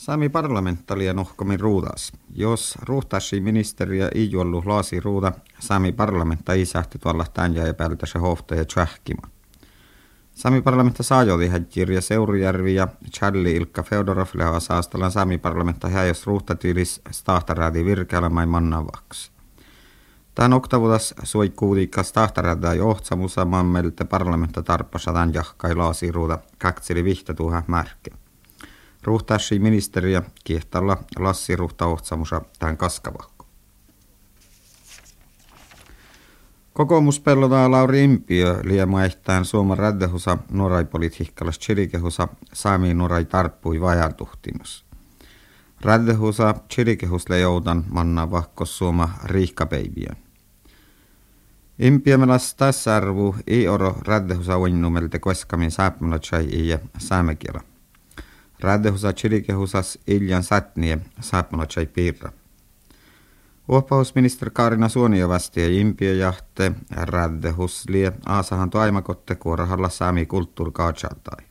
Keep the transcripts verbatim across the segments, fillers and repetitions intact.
Sami parlamenttalien ohkomin ruudas. Jos ruhtasi ministeriä ei ollut laasi ruuda, Sami parlamentta ei sähti tuolla tämän ja epäiltä se hohta ja tsähkima. Sami parlamentta saajoli häkkirja Seurujärvi ja Charlie Ilkka Feodorov lehaa saastalan Sami parlamentta häjäs ruhtatyylis stahtarädi virkeälämäin mannavaksi. Tämän oktavuudas sui kuulikas stahtarädä ja ohtsamusa mammelte parlamentta tarppasa tämän jahkai laasi ruuda kaksili vihtatuha märke. Ruhtasi ministeriä kiehtalla Lassi ruhta ohtsamusa tämän kaskavakko. Kokoomuspellotaa Lauri Impiö liemaehtään Suomen räddehusa noraipolitiikkalas chilikehusa Sami norai tarppui vajaltuhtinos. Räddehusa chilikehusle joudan manna vakkos Suoma riihkapeiviä. Impiö melas tässä arvu ei oro räddehusa uinnumelte koeskamin sääpmälätsai ja säämekielä. Räddehusa chilikehusas iljan sätniä sääpmälätsai piirra. Uopausministeri Kaarina Suonio vasti ja Impiö jahte räddehus lie aasahan toimakotte kuorahalla saami kulttuurikaatsaltai.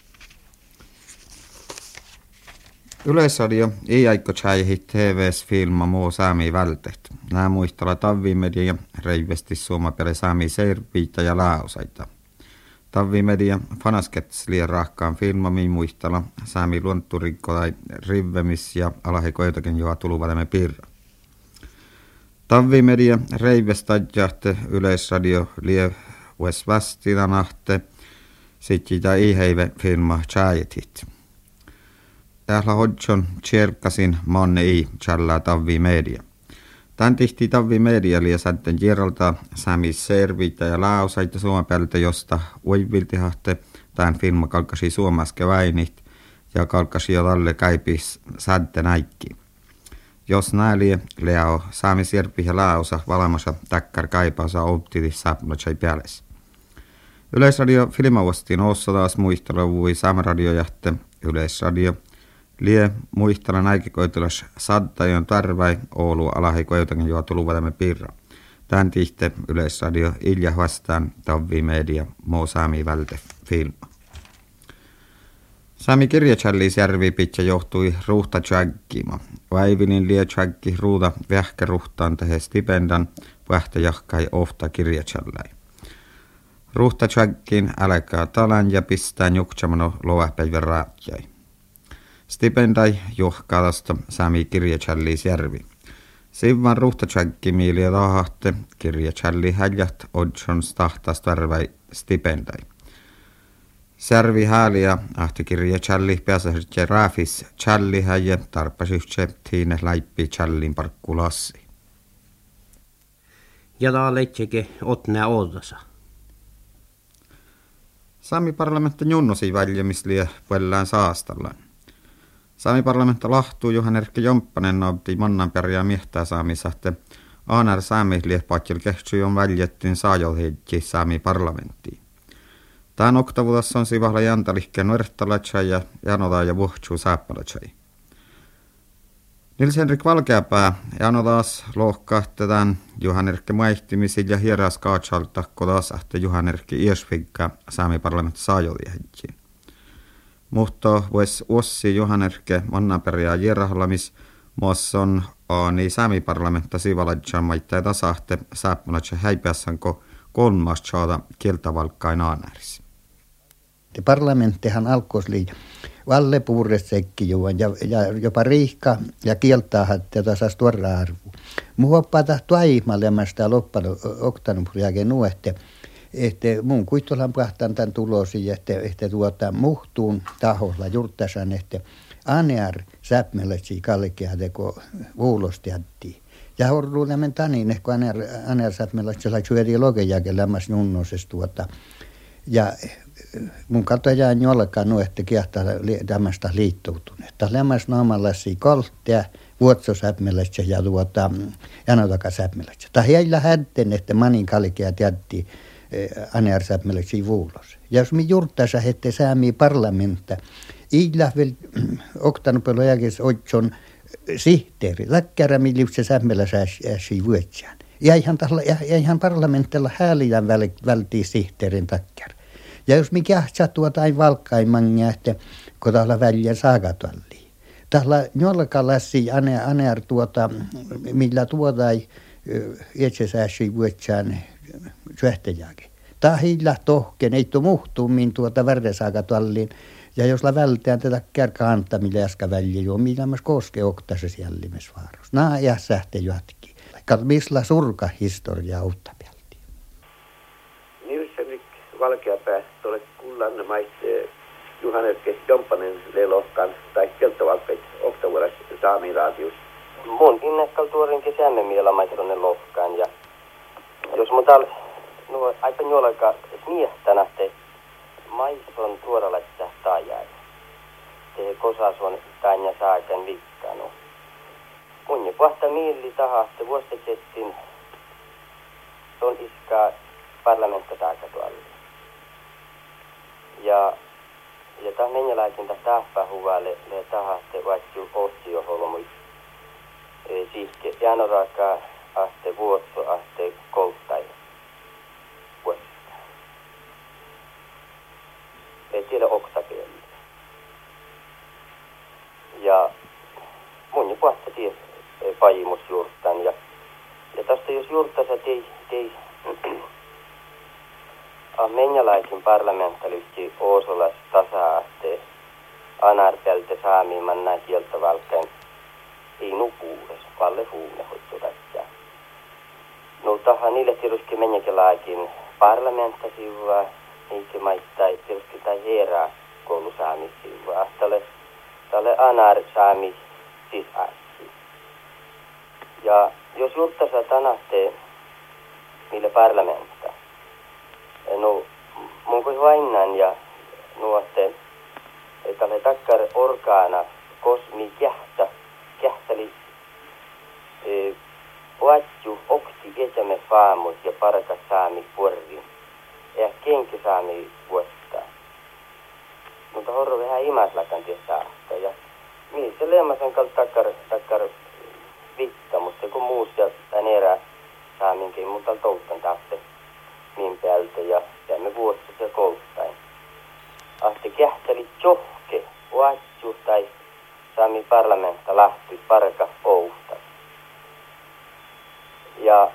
Yleisradio ei aikko tjäihi T V:s filma muu saami välteht. Nää muistella Tavvimedia reivesti suomapeli saami seirpiitä ja laasaita. Tavvimedia fanaskets lie rahkaan filmami muistella saami luontturikkolai rivvemis ja alahikoitakin joa tuluvalemme pirra. Tavvimedia reivestadjahte Yleisradio lie Wes Västinanahte sitjitä iheive filma tjäitit. Täällä hodjon tjerkkasin manne ei tjällää Tavvimedia. Tän tihti Tavvimedia lie sätten jiralta sami serviitä ja lausaita suomapeltä, josta uiviltihahte tän filma kalkasi suomaske väinit ja kalkasi jo talle käipis sätten äikki. Jos nää lie leo saami sirpi ja lausa valamassa takkar kaipaansa optilis saapunatsai pääles. Yleisradio filmavostiin oossa taas muistella vui saameradiojahte Yleisradio lie muistella näikikoitulas saddajon tarvai Oulu alahikoitakin joa tuluvalemme pirra. Tän tihte Yleisradio ilja vastaan Tavvimedia muu saami välte filma. Sami kirjachallisjärvi pitkä johtui ruhta tjaggima. Vaivinin lie tjaggi ruuda vähkäruhtaan tehe stipendan vähtä jahkai ofta kirjachallai. Ruhta tjaggiin älkää talan ja pistää juktsamano loapäivän raatjai. Stipendai johkaalasta Sami kirjachallisjärvi. Sivvan ruhta tjaggimi lie lahahte kirjachalli häljät odjons tahtas tarvai stipendai. Särvi hääliä ahti kirja Challi pääsähditse raafis Challi häjä tarppasitse tiine laippi Challin parkkulassi. Ja taa leitseke otnea ootasa. Sami parlamentta junnosi väljämisliä puolellaan saastallaan. Sami parlamentta lahtuu Johan Erkki Jomppanen nautti mannanperjää miehtää saamisahte. Aanar Sami liehpaatjil kehtsyi on väljättiin saajolheitki Sami parlamenttiin. Tämän oktavudassa on sivahla jantalihkeen nuertalatsai ja janodaa ja vuhtsuu sääppalatsai. Nils Henrik Valkeapää janodaas lohkahtetaan Juhan Erkki maihtimisi ja hieras kaatsalta kodasahte Juhan Erkki iesfikka Sami parlamentti saajoliehittiin. Mutta vois ossi Juhan Erkki mannaperia jierahlamis muosson aani Sami parlamentta sivalatsan maittaa tasahte sääppalatsai häipässanko kolmas tsaada kieltävalkkain aanäris. Parlamenttihan alkoisli valle puuresekki juon ja, ja jopa riihka ja kieltää tätä saas tuoda arvu. Muoppa tahtu aimalemasta loppanu oktanumpriaken nuette, että mun kuittolan pahtan tämän tulosi, että, että tuota muhtuun taholla jurttasan, että anear säpmeletsi kalkea teko vuulosti jättiin. Ja horruu nämän tanin, ehkä anear, anear säpmeletsi lai syödi logejaken lämmäs nunnosesta tuota. Ja mun katoja on jollakaan nu, että kiehtaa tämmöistä liittoutunutta. Lämmäs naamalasi kolttia, vuotsosäpmelässä ja tuota, janotakas-säpmelässä. Tai heillä hätten, että manin kalkeat jätti anearsäpmelässä vuulos. Ja jos me juurtaisa hette säämiä parlamentta, iillä vielä oktanupelo jälkeen otson sihteeri, läkkärä millivse säpmelässä äsi vuotsään. Ja ihan parlamentilla häälidän vältii sihteerin takkar. Ja jos mikä saa tuota aina valkkaimman, että kun täällä väliä saakatvallia. Tällä jolkalassi ane anear tuota, millä tuota ei itse sääsi vuotsään syöhtäjääkin. Tahilla tohken, ei tuo muhtuumin tuota värdesaakatualliin. Ja jos la vältään tätä kärkä antaa, millä äsken väliä juo, millä myös koskee oktassa siellä vaaros. Nää ja sähte jatki. Misla surka historiaa uutta pelti. Nilsenik valkeapää tuolle kullanne maiste Juhanerke Jomppanen lelohkan tai keltovalpeit oktavuodas saamiraatius. Mun innekkal tuorinkin säämme miellä maitronne lohkaan ja jos mun tal nuo aika juolaka smiehtänä te maison tuoralaisesta taajaa. Te kosasuon tanja saakan vikkanu. Mun jo pahta mieli tahaste vuostettiin ton iskaa parlamentta saaka tuolla. Ja ja tämä menjälaikin tästä tahpahuvalle le tahaste vaikka ostioholmui. E, siis jäänoraka aste vuotso aste kolttai vuosista. Ei tiedä oksapieli. Ja mun jo puhasta ties e, pajimus juurtan. Ja, ja tästä jos juurtasa tei, tei Menjalaikin parlamentalyhti Oosolas tasa-aste anarpelte saamiimman nää kieltä valkeen ei nupuudes, valle fuune hoittu tätä. No tahan niille tietysti menjäkelaakin parlamenttasivua, eikä maittai tietysti tai herää koulusaamissivua. Tälle, tälle anar saami sisäsi. Ja jos juttasa tanaste mille parlamentta, no, mun kuin vainnan ja nuotte, että le takkar orgaana kosmi kähtä, kähtäli e, vaatju okti etämme faamut ja parkas saami puorin. Ja kenki saami vuotta. Mutta horro vähän imaslakan ties saakka. Ja missä leemasen kalta takkar, takkar vikka, mutta kun muus ja tän erää saaminkin, mutta touttan tahte min päältä ja jäämme vuotta ja kouluttain. Ahti kähteli johke, vaatju tai saami parlamentta lähti parka ouhta. Ja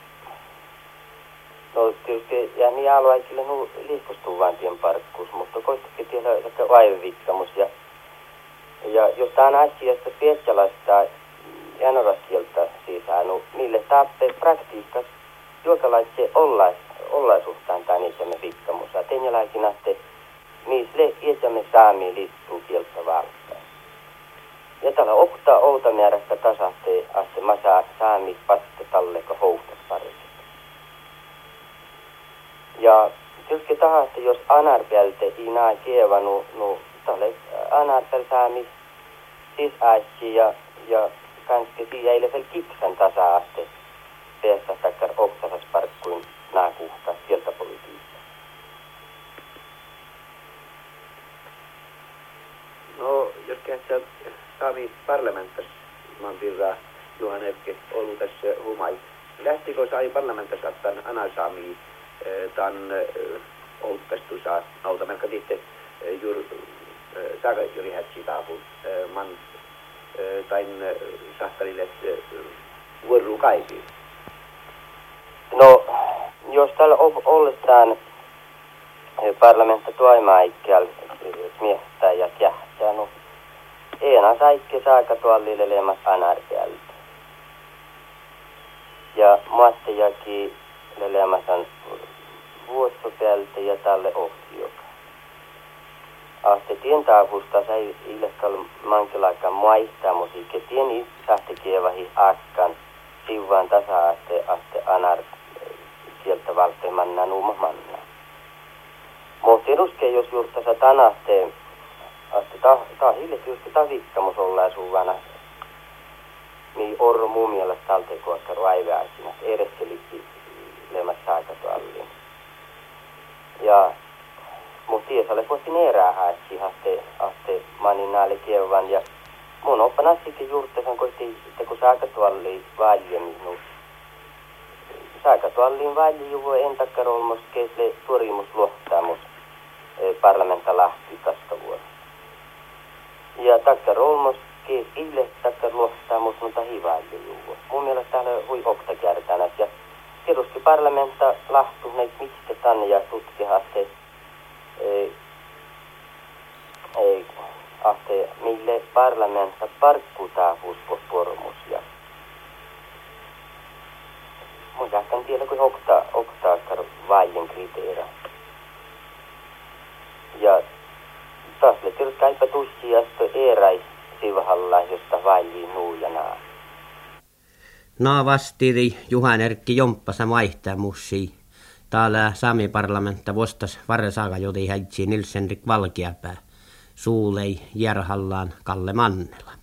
no tietysti ja niin alueikille nu liikostuu vaan tien parkkuus, mutta koistakin tiedä ehkä vaivivikkamus. Ja, ja jos tämän asiasta pietsalaista janoraskieltä sisään, niille tappee praktiikkas juokalaitse ollais ollaisuhtaan tämän isämme vikkamus. Ja tenjälaikin ahte, missä isämme saamiin liittuu kieltä valtaa. Ja tällä oktaa outa määrästä tasahte ahte masaa saami patte talleko houhtas parissa. Ja tietysti tahaste, jos anarpelte ei näe kieva, no, no tälle anarpel saami sisäisi ja, ja kanske siihen ei ole kiksan tasa-aste päästä takkar oktasas parkkuin naakuhta kieltäpolitiikka. No, jos kähtsä saami parlamenttas, man pirraa Juhan Erkki ollut tässä humai. Lähtikö saami parlamenttas tämän anasaami tämän oltastu saa nauta melka titte jur saga juri hätsi taapun man tain sahtarille vuoru kaikki. No, jos täällä olletaan parlamentta tuoimaa ikkeal miehtää ja kähtää, no ena saikki saaka tuollille leemas anarkialta. Ja muattejakin leemasan vuostopäältä ja tälle ohtiuka. Ahte tien taavusta sai ilkal mankilaikaan maihtaa musiikki. Tien itsähti kievahi akkan sivaan tasa-aste aste anar kieltä valteen manna nuuma manna. Mutta eduske jos juurtasa tanahte aste ta, ta hille juuri ta vikkamus ollaan suvana. Niin orro muun mielestä talteeko akka raiveaisina. Ereskelikki leemas saakatualliin. Ja mun tiesalle voisin erää häätsi ahte, ahte manin näälle kievan. Ja mun oppan asiakin juurtasan koitti, että kun saakatualliin valjemmin, no saakatualliin valjiu en takkar olmos keisle tuorimus luottamus parlamenta lähti tästä vuodesta. Ja takkar olmos Ke ille takkar luottaa mut mutta hivaille juua. Mun mielestä täällä hui okta kärtänät ja tietysti parlamenta lahtu näitä mistä tänne ja tutkihaste ei ei ahte mille parlamenta parkkutaa huuspospormus ja mun jahkan tiedä kuin okta oktaakar vaien kriteera. Ja taas le tietysti kaipä tussiasta eräis sivahalla, josta vailiin nuujanaa. Naa vastiri Juhan Erkki Jomppasa vaihtaa mussi. Täällä Sami parlamentta vastas varresaaka joti häitsi Nils-Henrik Valkeapää. Suulei Järhallaan Kalle Mannela.